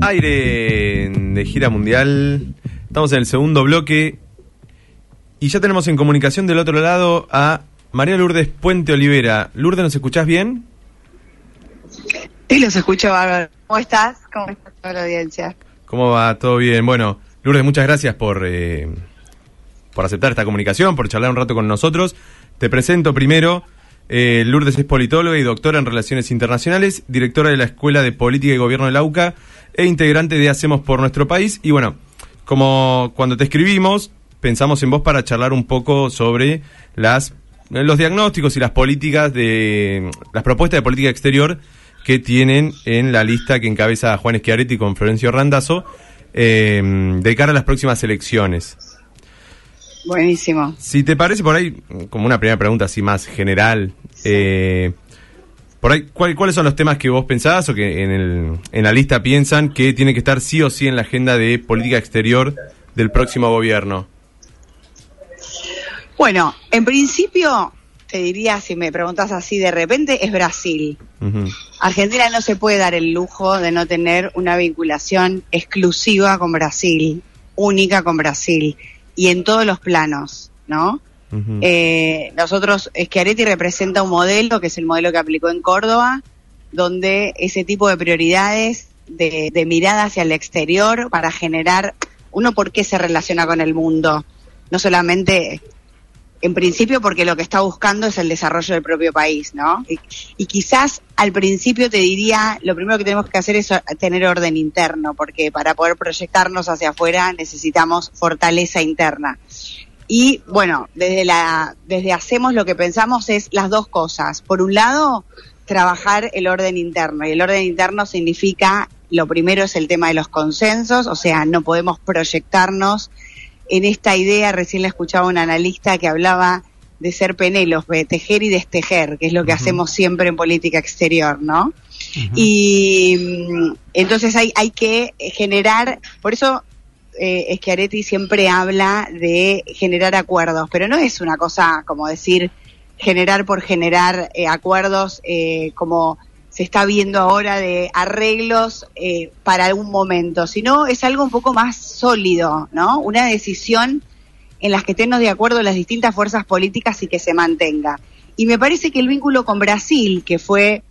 Aire de gira mundial. Estamos en el segundo bloque y ya tenemos en comunicación del otro lado a María Lourdes Puente Olivera. Lourdes, ¿nos escuchás bien? Sí, los escucho bárbaro. ¿Cómo estás? ¿Cómo está toda la audiencia? ¿Cómo va? ¿Todo bien? Bueno, Lourdes, muchas gracias por aceptar esta comunicación, por charlar un rato con nosotros. Te presento primero. Lourdes es politóloga y doctora en Relaciones Internacionales, directora de la Escuela de Política y Gobierno de la UCA e integrante de Hacemos por Nuestro País. Y bueno, como cuando te escribimos, pensamos en vos para charlar un poco sobre los diagnósticos y las políticas las propuestas de política exterior que tienen en la lista que encabeza Juan Schiaretti con Florencio Randazzo de cara a las próximas elecciones. Buenísimo. Si te parece, por ahí, como una primera pregunta así más general, por ahí, ¿cuáles son los temas que vos pensás o que en la lista piensan que tiene que estar sí o sí en la agenda de política exterior del próximo gobierno? Bueno, en principio, te diría, si me preguntas así de repente, es Brasil. Uh-huh. Argentina no se puede dar el lujo de no tener una vinculación exclusiva con Brasil, única con Brasil. Y en todos los planos, ¿no? Uh-huh. Nosotros, Schiaretti representa un modelo, que es el modelo que aplicó en Córdoba, donde ese tipo de prioridades, de mirada hacia el exterior, para generar, uno, ¿por qué se relaciona con el mundo? No solamente, en principio, porque lo que está buscando es el desarrollo del propio país, ¿no? Y quizás, al principio te diría, lo primero que tenemos que hacer es tener orden interno, porque para poder proyectarnos hacia afuera necesitamos fortaleza interna. Y bueno, desde Hacemos lo que pensamos es las dos cosas. Por un lado, trabajar el orden interno, y el orden interno significa, lo primero es el tema de los consensos, o sea, no podemos proyectarnos en esta idea. Recién la escuchaba un analista que hablaba de ser Penélope, tejer y destejer, que es lo que uh-huh. hacemos siempre en política exterior, ¿no? Uh-huh. Y entonces hay que generar, por eso Schiaretti siempre habla de generar acuerdos, pero no es una cosa como decir generar por generar acuerdos como se está viendo ahora de arreglos para algún momento, sino es algo un poco más sólido, ¿no? Una decisión en las que estemos de acuerdo las distintas fuerzas políticas y que se mantenga. Y me parece que el vínculo con Brasil, que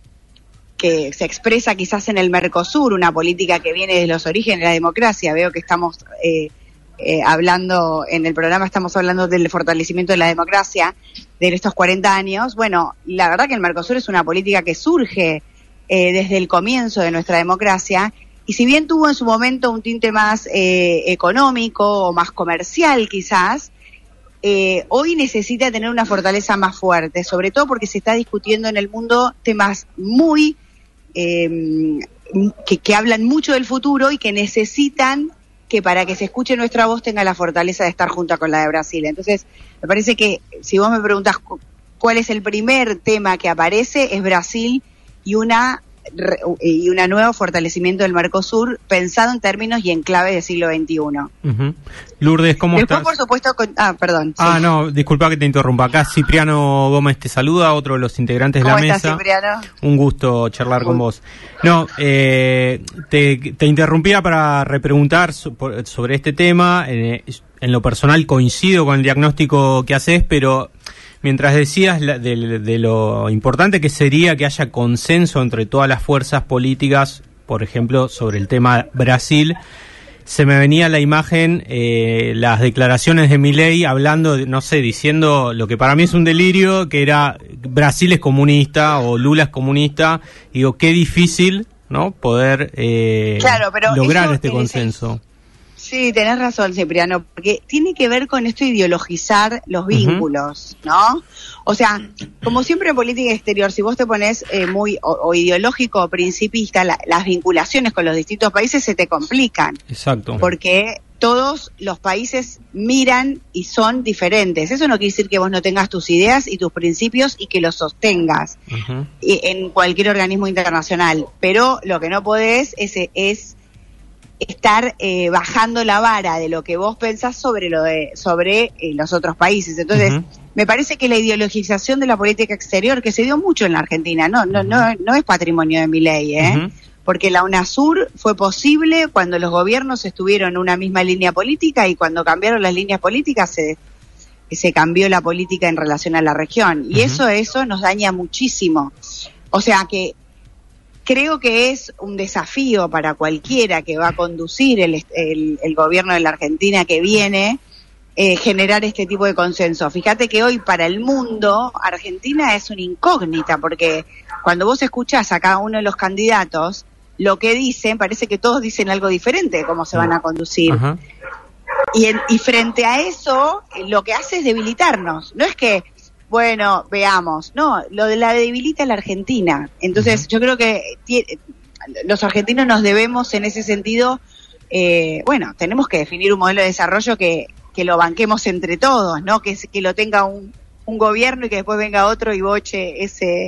se expresa quizás en el Mercosur, una política que viene de los orígenes de la democracia, veo que estamos hablando, en el programa estamos hablando del fortalecimiento de la democracia de estos 40 años, bueno, la verdad que el Mercosur es una política que surge desde el comienzo de nuestra democracia, y si bien tuvo en su momento un tinte más económico o más comercial quizás, hoy necesita tener una fortaleza más fuerte, sobre todo porque se está discutiendo en el mundo temas muy que hablan mucho del futuro y que necesitan que para que se escuche nuestra voz tenga la fortaleza de estar junto con la de Brasil. Entonces, me parece que si vos me preguntás cuál es el primer tema que aparece, es Brasil y un nuevo fortalecimiento del Mercosur pensado en términos y en clave del siglo XXI. Uh-huh. Lourdes, ¿cómo estás? Después, por supuesto, perdón. Sí. No, disculpa que te interrumpa. Acá Cipriano Gómez te saluda, otro de los integrantes de la mesa. ¿Cómo estás, Cipriano? Un gusto charlar con vos. No, te interrumpía para repreguntar sobre este tema. En lo personal coincido con el diagnóstico que haces, pero mientras decías de lo importante que sería que haya consenso entre todas las fuerzas políticas, por ejemplo, sobre el tema Brasil, se me venía a la imagen las declaraciones de Milei hablando, diciendo lo que para mí es un delirio, que era Brasil es comunista o Lula es comunista. Digo, qué difícil, ¿no?, poder lograr este consenso. Sí, tenés razón, Cipriano, porque tiene que ver con esto de ideologizar los vínculos, uh-huh. ¿no? O sea, como siempre en política exterior, si vos te pones muy o ideológico o principista, las vinculaciones con los distintos países se te complican. Exacto. Porque todos los países miran y son diferentes. Eso no quiere decir que vos no tengas tus ideas y tus principios y que los sostengas uh-huh. en cualquier organismo internacional. Pero lo que no podés es estar bajando la vara de lo que vos pensás sobre los otros países. Entonces, uh-huh. me parece que la ideologización de la política exterior, que se dio mucho en la Argentina, no es patrimonio de Milei, uh-huh. porque la UNASUR fue posible cuando los gobiernos estuvieron en una misma línea política, y cuando cambiaron las líneas políticas se cambió la política en relación a la región, y eso nos daña muchísimo. O sea que creo que es un desafío para cualquiera que va a conducir el gobierno de la Argentina que viene, generar este tipo de consenso. Fíjate que hoy para el mundo Argentina es una incógnita, porque cuando vos escuchás a cada uno de los candidatos lo que dicen, parece que todos dicen algo diferente de cómo se van a conducir. Y frente a eso, lo que hace es debilitarnos. No es que, bueno, veamos, no, la debilita la Argentina. Entonces yo creo que los argentinos nos debemos en ese sentido, tenemos que definir un modelo de desarrollo que lo banquemos entre todos, ¿no? Que lo tenga un gobierno y que después venga otro y boche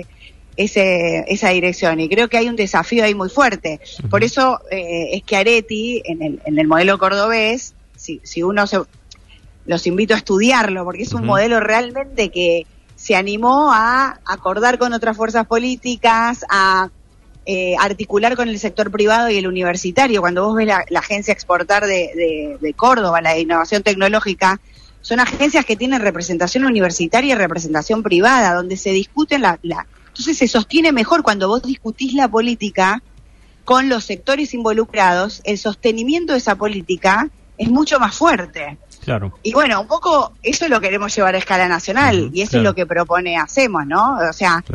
esa dirección. Y creo que hay un desafío ahí muy fuerte. Por eso es que Areti, en el modelo cordobés, si uno los invito a estudiarlo, porque es un modelo realmente que se animó a acordar con otras fuerzas políticas, a articular con el sector privado y el universitario. Cuando vos ves la agencia Exportar de Córdoba, la de innovación tecnológica, son agencias que tienen representación universitaria y representación privada, donde se discuten entonces se sostiene mejor cuando vos discutís la política con los sectores involucrados, el sostenimiento de esa política es mucho más fuerte. Claro. Y bueno, un poco eso lo queremos llevar a escala nacional, y eso es lo que propone Hacemos, ¿no? O sea,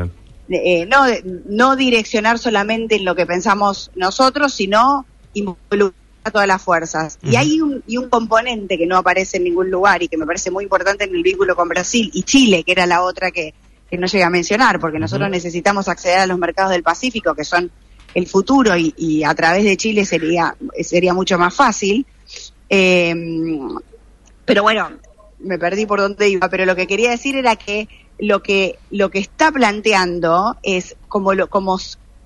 no direccionar solamente en lo que pensamos nosotros, sino involucrar a todas las fuerzas. Y hay un componente que no aparece en ningún lugar y que me parece muy importante en el vínculo con Brasil y Chile, que era la otra que no llegué a mencionar, porque nosotros necesitamos acceder a los mercados del Pacífico, que son el futuro, y a través de Chile sería mucho más fácil. Pero bueno, me perdí por dónde iba, pero lo que quería decir era que lo que está planteando es como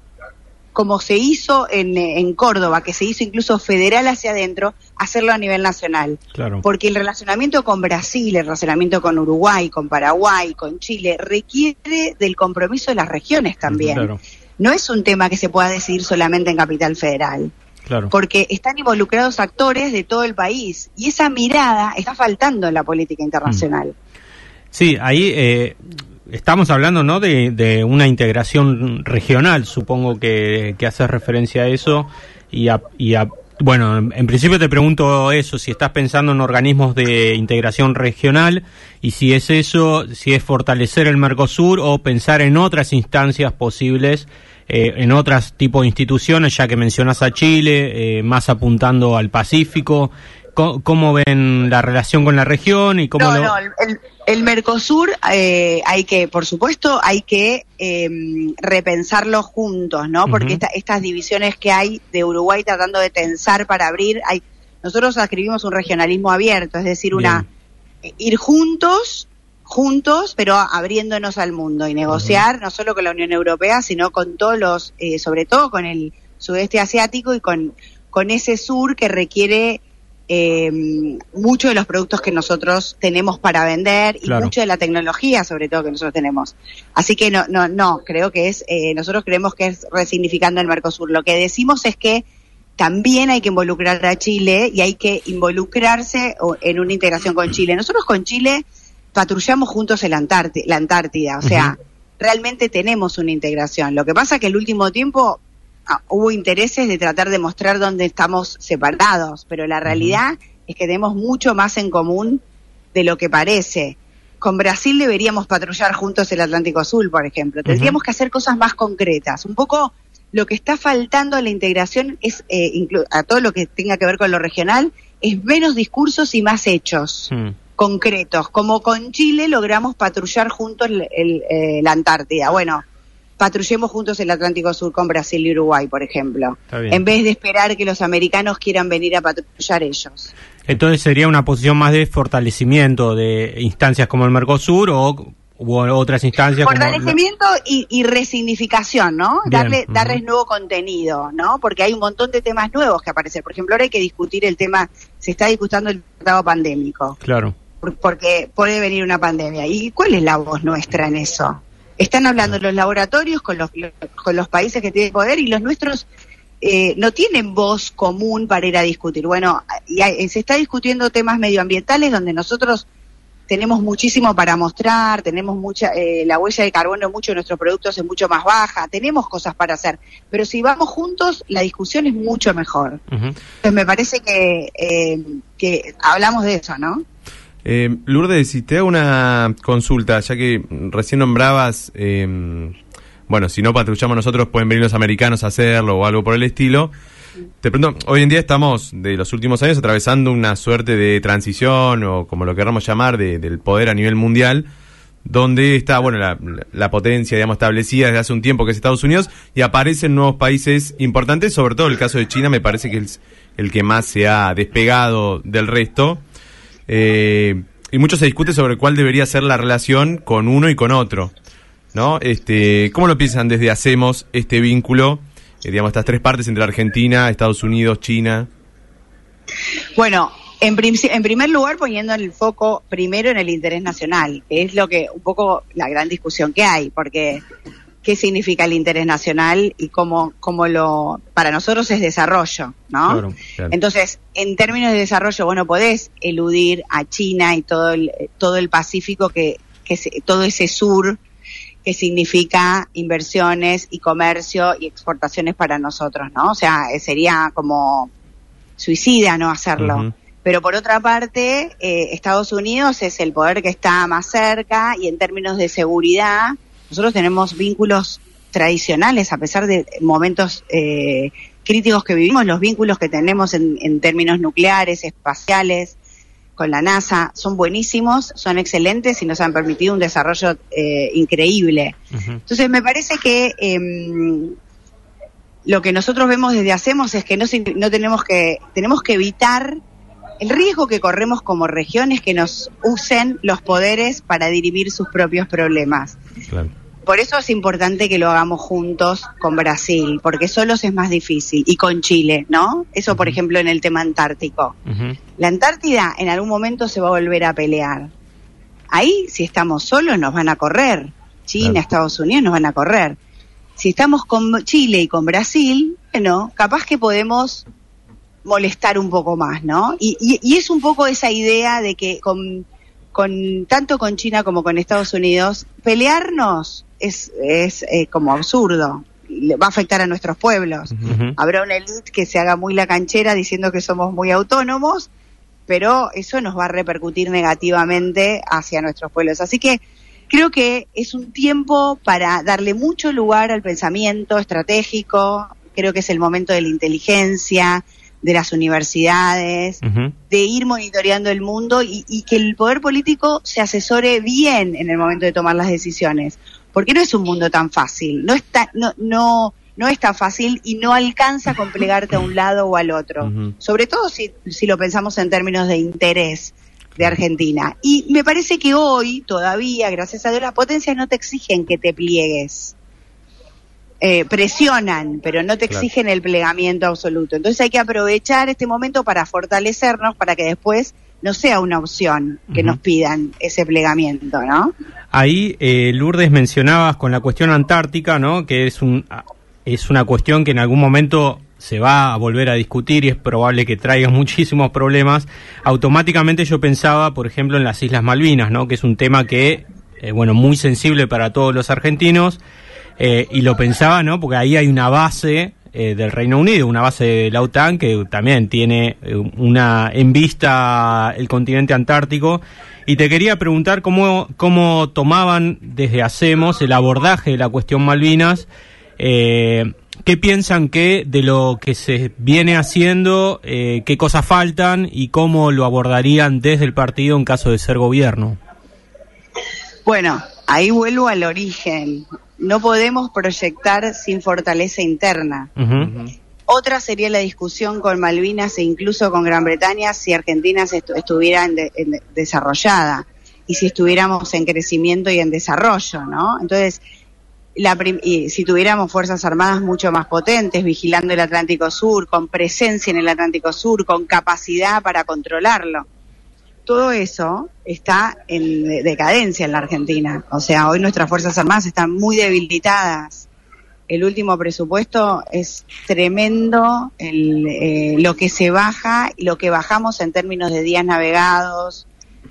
se hizo en Córdoba, que se hizo incluso federal hacia adentro, hacerlo a nivel nacional. Claro. Porque el relacionamiento con Brasil, el relacionamiento con Uruguay, con Paraguay, con Chile, requiere del compromiso de las regiones también. Claro. No es un tema que se pueda decidir solamente en Capital Federal. Claro. Porque están involucrados actores de todo el país, y esa mirada está faltando en la política internacional. Sí, ahí estamos hablando, ¿no?, de una integración regional, supongo que haces referencia a eso, bueno, en principio te pregunto eso, si estás pensando en organismos de integración regional, y si es eso, si es fortalecer el Mercosur o pensar en otras instancias posibles, en otros tipos de instituciones, ya que mencionas a Chile, más apuntando al Pacífico. ¿Cómo ven la relación con la región y cómo el Mercosur por supuesto hay que repensarlo juntos, ¿no? Porque estas divisiones que hay de Uruguay tratando de tensar para abrir, nosotros escribimos un regionalismo abierto, es decir, ir juntos, pero abriéndonos al mundo, y negociar no solo con la Unión Europea, sino con todos los, sobre todo con el sudeste asiático y con ese sur que requiere mucho de los productos que nosotros tenemos para vender, y mucho de la tecnología, sobre todo, que nosotros tenemos. Así que no, creo que nosotros creemos que es resignificando el Mercosur. Lo que decimos es que también hay que involucrar a Chile, y hay que involucrarse en una integración con Chile. Nosotros con Chile patrullamos juntos la Antártida, o sea, realmente tenemos una integración. Lo que pasa es que el último tiempo hubo intereses de tratar de mostrar dónde estamos separados, pero la realidad es que tenemos mucho más en común de lo que parece. Con Brasil deberíamos patrullar juntos el Atlántico Azul, por ejemplo. Tendríamos que hacer cosas más concretas. Un poco lo que está faltando a la integración es, a todo lo que tenga que ver con lo regional, es menos discursos y más hechos concretos. Como con Chile logramos patrullar juntos la Antártida. Bueno, patrullemos juntos el Atlántico Sur con Brasil y Uruguay, por ejemplo, en vez de esperar que los americanos quieran venir a patrullar ellos. Entonces sería una posición más de fortalecimiento de instancias como el Mercosur o otras instancias. Fortalecimiento y resignificación, ¿no? Darles nuevo contenido, ¿no? Porque hay un montón de temas nuevos que aparecen. Por ejemplo, ahora hay que discutir el tema, se está discutiendo el tratado pandémico. Claro. Porque puede venir una pandemia. ¿Y cuál es la voz nuestra en eso? Están hablando los laboratorios con los países que tienen poder, y los nuestros no tienen voz común para ir a discutir. Bueno, se está discutiendo temas medioambientales donde nosotros tenemos muchísimo para mostrar, tenemos la huella de carbono de muchos de nuestros productos es mucho más baja, tenemos cosas para hacer, pero si vamos juntos, la discusión es mucho mejor. Entonces me parece que hablamos de eso, ¿no? Lourdes, si te hago una consulta, ya que recién nombrabas, bueno, si no patrullamos nosotros, pueden venir los americanos a hacerlo o algo por el estilo. Te pregunto, hoy en día estamos, de los últimos años, atravesando una suerte de transición, o como lo queramos llamar, del poder a nivel mundial, donde está, bueno, la potencia, digamos, establecida desde hace un tiempo, que es Estados Unidos, y aparecen nuevos países importantes, sobre todo el caso de China, me parece que es el que más se ha despegado del resto, y mucho se discute sobre cuál debería ser la relación con uno y con otro, ¿no? ¿Cómo lo piensan desde Hacemos este vínculo? Digamos, estas tres partes entre Argentina, Estados Unidos, China. Bueno, en primer lugar poniendo el foco primero en el interés nacional, que es lo que un poco la gran discusión que hay, porque ¿qué significa el interés nacional y cómo para nosotros es desarrollo, ¿no? Claro. Entonces, en términos de desarrollo, bueno, podés eludir a China y todo el Pacífico, todo ese sur, que significa inversiones y comercio y exportaciones para nosotros, ¿no? O sea, sería como suicida no hacerlo. Pero por otra parte, Estados Unidos es el poder que está más cerca, y en términos de seguridad, nosotros tenemos vínculos tradicionales, a pesar de momentos críticos que vivimos, los vínculos que tenemos en términos nucleares, espaciales, con la NASA, son buenísimos, son excelentes y nos han permitido un desarrollo increíble. Entonces me parece que lo que nosotros vemos desde Hacemos es que no tenemos que evitar el riesgo que corremos como regiones, que nos usen los poderes para dirimir sus propios problemas. Claro. Por eso es importante que lo hagamos juntos con Brasil, porque solos es más difícil, y con Chile, ¿no? Eso, por ejemplo, en el tema antártico. La Antártida en algún momento se va a volver a pelear. Ahí, si estamos solos, nos van a correr. China, claro. Estados Unidos nos van a correr. Si estamos con Chile y con Brasil, bueno, capaz que podemos molestar un poco más, ¿no? Y es un poco esa idea de que tanto con China como con Estados Unidos, pelearnos es como absurdo, le va a afectar a nuestros pueblos. Habrá una élite que se haga muy la canchera diciendo que somos muy autónomos, pero eso nos va a repercutir negativamente hacia nuestros pueblos. Así que creo que es un tiempo para darle mucho lugar al pensamiento estratégico, creo que es el momento de la inteligencia, de las universidades, de ir monitoreando el mundo y que el poder político se asesore bien en el momento de tomar las decisiones, porque no es un mundo tan fácil, no es tan fácil y no alcanza con plegarte a un lado o al otro, sobre todo si lo pensamos en términos de interés de Argentina. Y me parece que hoy todavía, gracias a Dios, las potencias no te exigen que te pliegues. Presionan, pero no te exigen el plegamiento absoluto. Entonces hay que aprovechar este momento para fortalecernos, para que después no sea una opción que nos pidan ese plegamiento, ¿no? Ahí, Lourdes, mencionabas con la cuestión antártica, ¿no? Que es una cuestión que en algún momento se va a volver a discutir y es probable que traiga muchísimos problemas. Automáticamente yo pensaba, por ejemplo, en las Islas Malvinas, ¿no? Que es un tema que, muy sensible para todos los argentinos. Y lo pensaba, ¿no? Porque ahí hay una base del Reino Unido, una base de la OTAN que también tiene en vista el continente antártico. Y te quería preguntar cómo tomaban desde Hacemos el abordaje de la cuestión Malvinas. ¿Qué piensan de lo que se viene haciendo, qué cosas faltan y cómo lo abordarían desde el partido en caso de ser gobierno? Bueno, ahí vuelvo al origen. No podemos proyectar sin fortaleza interna. Otra sería la discusión con Malvinas e incluso con Gran Bretaña si Argentina estuviera desarrollada y si estuviéramos en crecimiento y en desarrollo, ¿no? Entonces, y si tuviéramos fuerzas armadas mucho más potentes, vigilando el Atlántico Sur, con presencia en el Atlántico Sur, con capacidad para controlarlo. Todo eso está en decadencia en la Argentina. O sea, hoy nuestras Fuerzas Armadas están muy debilitadas. el último presupuesto es tremendo lo que se baja y lo que bajamos en términos de días navegados,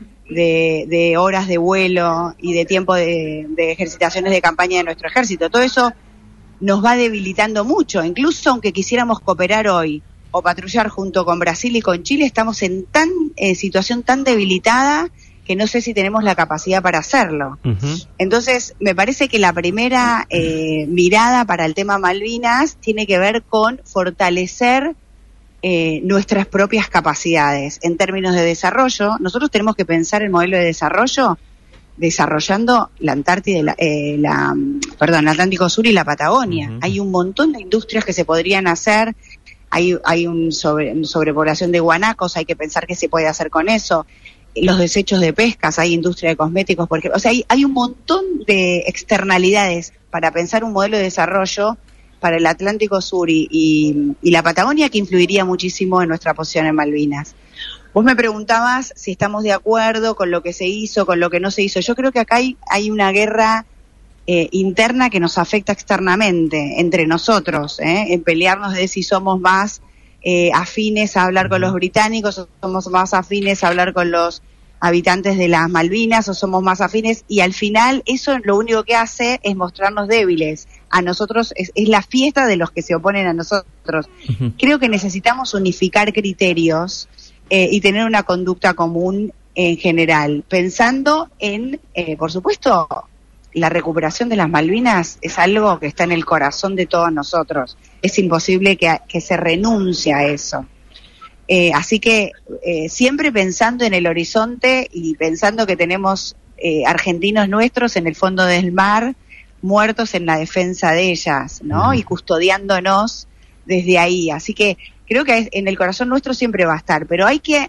de horas de vuelo y de tiempo de ejercitaciones de campaña de nuestro ejército. Todo eso nos va debilitando mucho. Incluso aunque quisiéramos cooperar hoy o patrullar junto con Brasil y con Chile, estamos en situación tan debilitada que no sé si tenemos la capacidad para hacerlo. Uh-huh. Entonces, me parece que la primera mirada para el tema Malvinas tiene que ver con fortalecer nuestras propias capacidades en términos de desarrollo. Nosotros tenemos que pensar el modelo de desarrollo desarrollando la Antártida, el Atlántico Sur y la Patagonia. Uh-huh. Hay un montón de industrias que se podrían hacer. Hay sobrepoblación de guanacos, hay que pensar qué se puede hacer con eso. Los desechos de pescas, hay industria de cosméticos, porque, o sea, hay un montón de externalidades para pensar un modelo de desarrollo para el Atlántico Sur y la Patagonia que influiría muchísimo en nuestra posición en Malvinas. Vos me preguntabas si estamos de acuerdo con lo que se hizo, con lo que no se hizo. Yo creo que acá hay una guerra interna que nos afecta externamente entre nosotros, en pelearnos de si somos más afines a hablar con los británicos, o somos más afines a hablar con los habitantes de las Malvinas, o somos más afines, y al final eso lo único que hace es mostrarnos débiles. A nosotros es la fiesta de los que se oponen a nosotros. Uh-huh. Creo que necesitamos unificar criterios y tener una conducta común en general, pensando en, por supuesto, la recuperación de las Malvinas es algo que está en el corazón de todos nosotros. Es imposible que se renuncie a eso. Así que siempre pensando en el horizonte y pensando que tenemos argentinos nuestros en el fondo del mar, muertos en la defensa de ellas, ¿no? Y custodiándonos desde ahí. Así que creo que en el corazón nuestro siempre va a estar, pero hay que,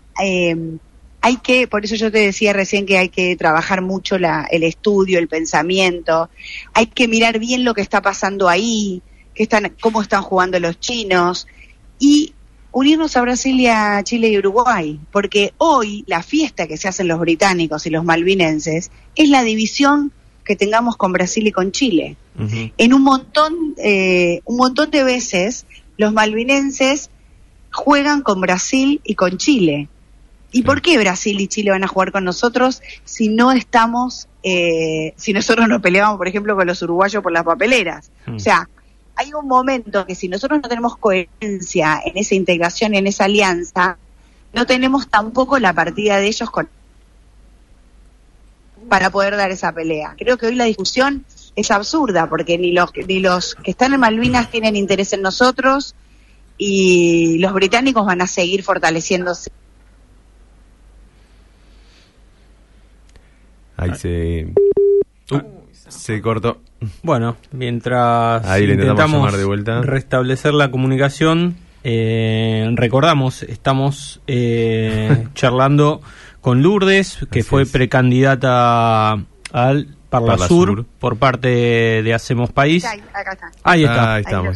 por eso yo te decía recién que hay que trabajar mucho el estudio, el pensamiento, hay que mirar bien lo que está pasando ahí, cómo están jugando los chinos, y unirnos a Brasil y a Chile y Uruguay, porque hoy la fiesta que se hacen los británicos y los malvinenses es la división que tengamos con Brasil y con Chile. Uh-huh. En un montón de veces los malvinenses juegan con Brasil y con Chile. ¿Y por qué Brasil y Chile van a jugar con nosotros si no estamos, si nosotros nos peleamos, por ejemplo, con los uruguayos por las papeleras? O sea, hay un momento que si nosotros no tenemos coherencia en esa integración, en esa alianza, no tenemos tampoco la partida de ellos para poder dar esa pelea. Creo que hoy la discusión es absurda, porque ni los que están en Malvinas tienen interés en nosotros, y los británicos van a seguir fortaleciéndose. Ahí se cortó. Bueno, mientras ahí le intentamos llamar de vuelta, restablecer la comunicación, recordamos, estamos charlando con Lourdes, que así fue precandidata al Parlasur por parte de Hacemos País. Acá está. Ahí está. Ahí estamos.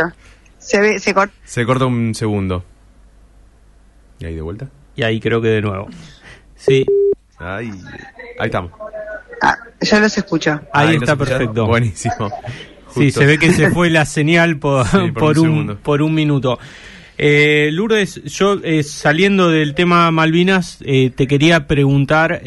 Se corta un segundo. ¿Y ahí de vuelta? Y ahí creo que de nuevo. Sí. Ahí estamos. Yo los escucho. Ahí está, perfecto. Buenísimo. Sí, se ve que se fue la señal por un minuto. Lourdes, yo saliendo del tema Malvinas, te quería preguntar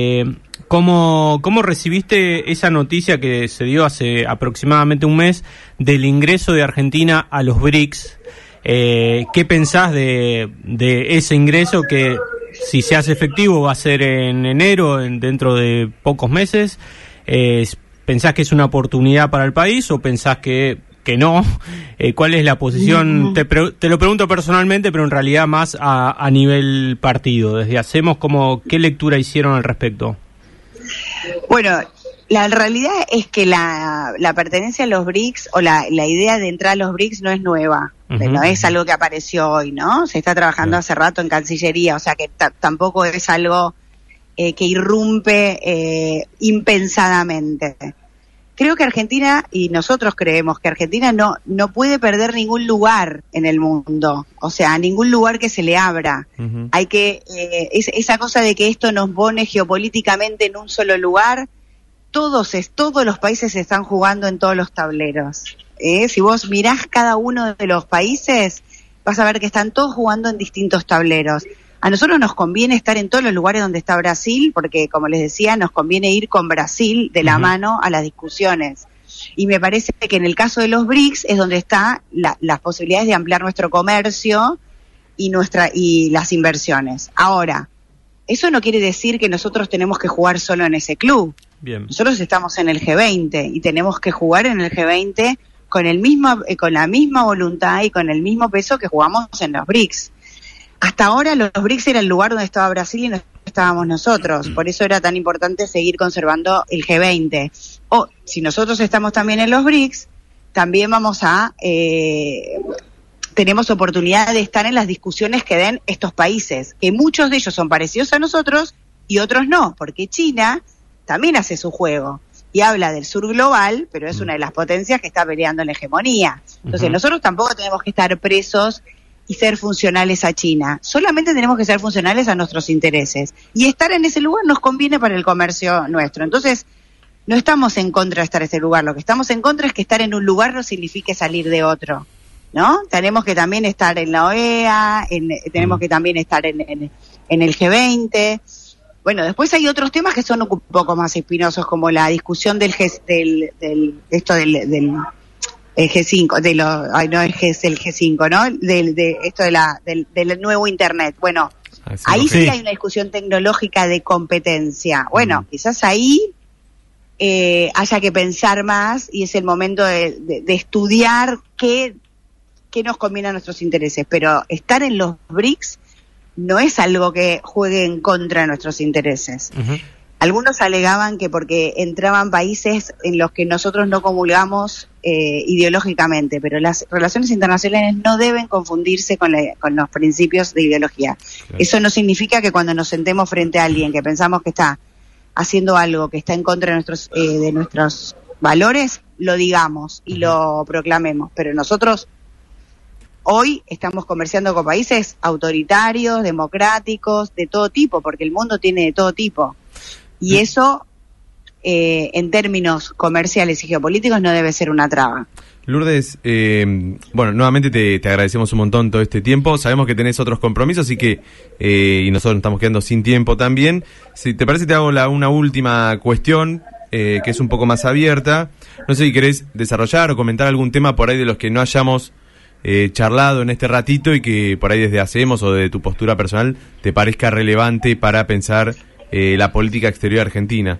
¿cómo recibiste esa noticia que se dio hace aproximadamente un mes del ingreso de Argentina a los BRICS? ¿Qué pensás de ese ingreso que, si se hace efectivo, va a ser en enero, dentro de pocos meses? ¿Pensás que es una oportunidad para el país o pensás que no? ¿Cuál es la posición? Te lo pregunto personalmente, pero en realidad más a nivel partido. Desde Hacemos, ¿qué lectura hicieron al respecto? Bueno, la realidad es que la pertenencia a los BRICS, o la idea de entrar a los BRICS, no es nueva. Uh-huh. No es algo que apareció hoy, ¿no? Se está trabajando hace rato en Cancillería, o sea que tampoco es algo que irrumpe impensadamente. Creo que Argentina, y nosotros creemos que Argentina no puede perder ningún lugar en el mundo, o sea, ningún lugar que se le abra. Uh-huh. Hay que, esa cosa de que esto nos pone geopolíticamente en un solo lugar, todos los países están jugando en todos los tableros. Si vos mirás cada uno de los países, vas a ver que están todos jugando en distintos tableros. A nosotros nos conviene estar en todos los lugares donde está Brasil, porque, como les decía, nos conviene ir con Brasil de la mano a las discusiones. Y me parece que en el caso de los BRICS es donde están las posibilidades de ampliar nuestro comercio y las inversiones. Ahora, eso no quiere decir que nosotros tenemos que jugar solo en ese club. Bien. Nosotros estamos en el G20 y tenemos que jugar en el G20 con la misma voluntad y con el mismo peso que jugamos en los BRICS. Hasta ahora los BRICS era el lugar donde estaba Brasil y no estábamos nosotros. Por eso era tan importante seguir conservando el G20. O si nosotros estamos también en los BRICS, también tenemos oportunidad de estar en las discusiones que den estos países, que muchos de ellos son parecidos a nosotros y otros no, porque China también hace su juego y habla del sur global, pero es una de las potencias que está peleando en la hegemonía. Entonces nosotros tampoco tenemos que estar presos y ser funcionales a China, solamente tenemos que ser funcionales a nuestros intereses, y estar en ese lugar nos conviene para el comercio nuestro. Entonces no estamos en contra de estar en ese lugar, lo que estamos en contra es que estar en un lugar no signifique salir de otro, ¿no? Tenemos que también estar en la OEA, tenemos que también estar en el G20. Bueno, después hay otros temas que son un poco más espinosos, como la discusión del G5, no es el G5, ¿no? Del nuevo Internet. Bueno, ahí sí hay una discusión tecnológica de competencia. Bueno, quizás ahí haya que pensar más y es el momento de estudiar qué nos conviene a nuestros intereses. Pero estar en los BRICS no es algo que juegue en contra de nuestros intereses. Algunos alegaban que porque entraban países en los que nosotros no comulgamos ideológicamente, pero las relaciones internacionales no deben confundirse con los principios de ideología. Claro. Eso no significa que cuando nos sentemos frente a alguien que pensamos que está haciendo algo que está en contra de nuestros valores, lo digamos y lo proclamemos, pero nosotros hoy estamos comerciando con países autoritarios, democráticos, de todo tipo, porque el mundo tiene de todo tipo. Y eso, en términos comerciales y geopolíticos, no debe ser una traba. Lourdes, bueno, nuevamente te agradecemos un montón todo este tiempo. Sabemos que tenés otros compromisos, así que y nosotros nos estamos quedando sin tiempo también. Si te parece, te hago una última cuestión, que es un poco más abierta. No sé si querés desarrollar o comentar algún tema por ahí de los que no hayamos charlado en este ratito y que por ahí desde Hacemos o de tu postura personal te parezca relevante para pensar la política exterior argentina.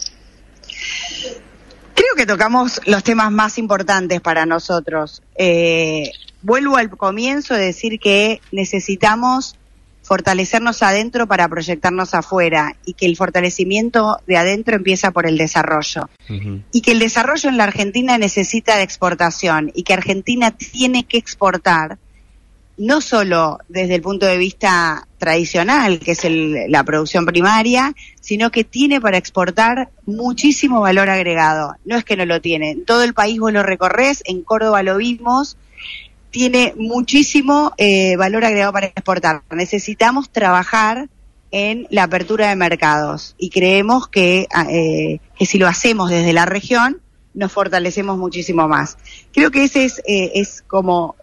Creo que tocamos los temas más importantes para nosotros. Vuelvo al comienzo de decir que necesitamos fortalecernos adentro para proyectarnos afuera y que el fortalecimiento de adentro empieza por el desarrollo. Y que el desarrollo en la Argentina necesita de exportación y que Argentina tiene que exportar no solo desde el punto de vista tradicional, que es la producción primaria, sino que tiene para exportar muchísimo valor agregado. No es que no lo tiene. En todo el país vos lo recorrés, en Córdoba lo vimos, tiene muchísimo valor agregado para exportar. Necesitamos trabajar en la apertura de mercados y creemos que si lo hacemos desde la región, nos fortalecemos muchísimo más. Creo que ese es como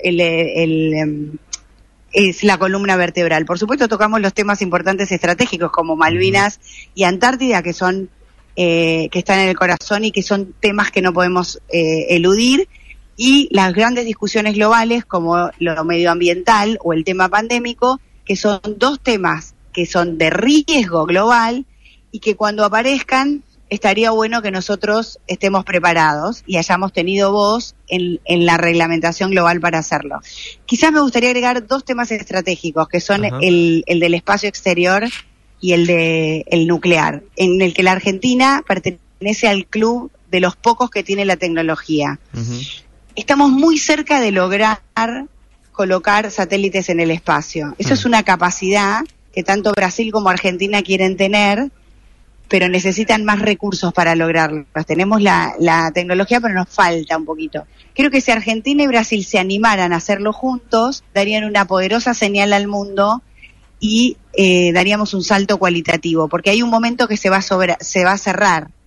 es la columna vertebral. Por supuesto tocamos los temas importantes estratégicos como Malvinas y Antártida, que son que están en el corazón y que son temas que no podemos eludir, y las grandes discusiones globales como lo medioambiental o el tema pandémico, que son dos temas que son de riesgo global y que cuando aparezcan estaría bueno que nosotros estemos preparados y hayamos tenido voz en la reglamentación global para hacerlo. Quizás me gustaría agregar dos temas estratégicos, que son el del espacio exterior y el nuclear, en el que la Argentina pertenece al club de los pocos que tiene la tecnología. Estamos muy cerca de lograr colocar satélites en el espacio. Eso es una capacidad que tanto Brasil como Argentina quieren tener, pero necesitan más recursos para lograrlo. Tenemos la tecnología, pero nos falta un poquito. Creo que si Argentina y Brasil se animaran a hacerlo juntos, darían una poderosa señal al mundo y daríamos un salto cualitativo, porque hay un momento que se va a cerrar.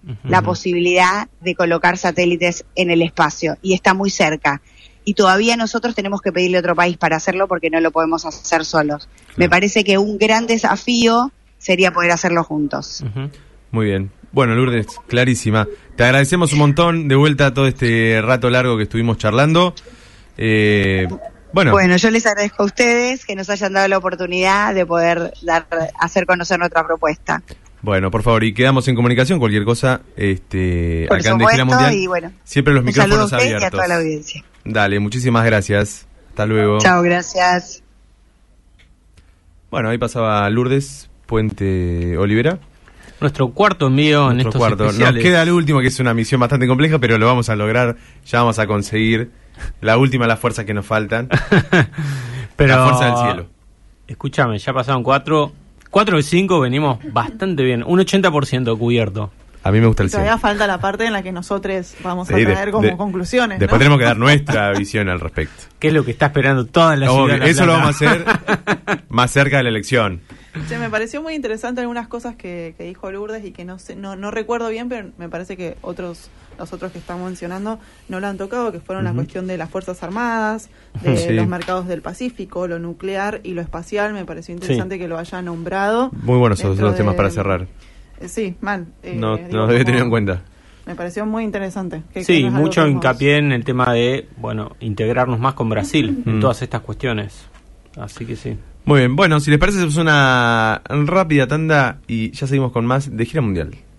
la posibilidad de colocar satélites en el espacio y está muy cerca. Y todavía nosotros tenemos que pedirle a otro país para hacerlo porque no lo podemos hacer solos. Me parece que un gran desafío sería poder hacerlo juntos. Muy bien. Bueno, Lourdes, clarísima. Te agradecemos un montón de vuelta todo este rato largo que estuvimos charlando. Bueno, yo les agradezco a ustedes que nos hayan dado la oportunidad de poder hacer conocer nuestra propuesta. Bueno, por favor, y quedamos en comunicación, cualquier cosa, Por acá supuesto, en Vigila Mundial, y bueno, siempre los micrófonos un saludo a usted abiertos. y a toda la audiencia. Dale, muchísimas gracias. Hasta luego. Chao, gracias. Bueno, ahí pasaba Lourdes Puente Olivera. Nuestro cuarto envío en estos especiales. Nos queda el último, que es una misión bastante compleja, pero lo vamos a lograr. Ya vamos a conseguir la última, las fuerzas que nos faltan. Pero, la fuerza del cielo. Escúchame, ya pasaron 4 de 5, venimos bastante bien. Un 80% cubierto. A mí me gusta el cielo. Todavía falta la parte en la que nosotros vamos a traer como conclusiones. Después tenemos que dar nuestra visión al respecto. ¿Qué es lo que está esperando toda la ciudad de La Eso Plata? lo vamos a hacer más cerca de la elección. Sí, me pareció muy interesante algunas cosas que dijo Lourdes y que no recuerdo bien, pero me parece que los otros que están mencionando no lo han tocado, que fueron la cuestión de las Fuerzas Armadas, de los mercados del Pacífico, lo nuclear y lo espacial. Me pareció interesante que lo haya nombrado. Muy buenos esos dos temas para cerrar. Sí, mal. No debe tener en cuenta. Me pareció muy interesante. Sí, mucho hincapié en el tema de, integrarnos más con Brasil en todas estas cuestiones. Así que sí. Muy bien, bueno, si les parece, hacemos una rápida tanda y ya seguimos con más de Gira Mundial.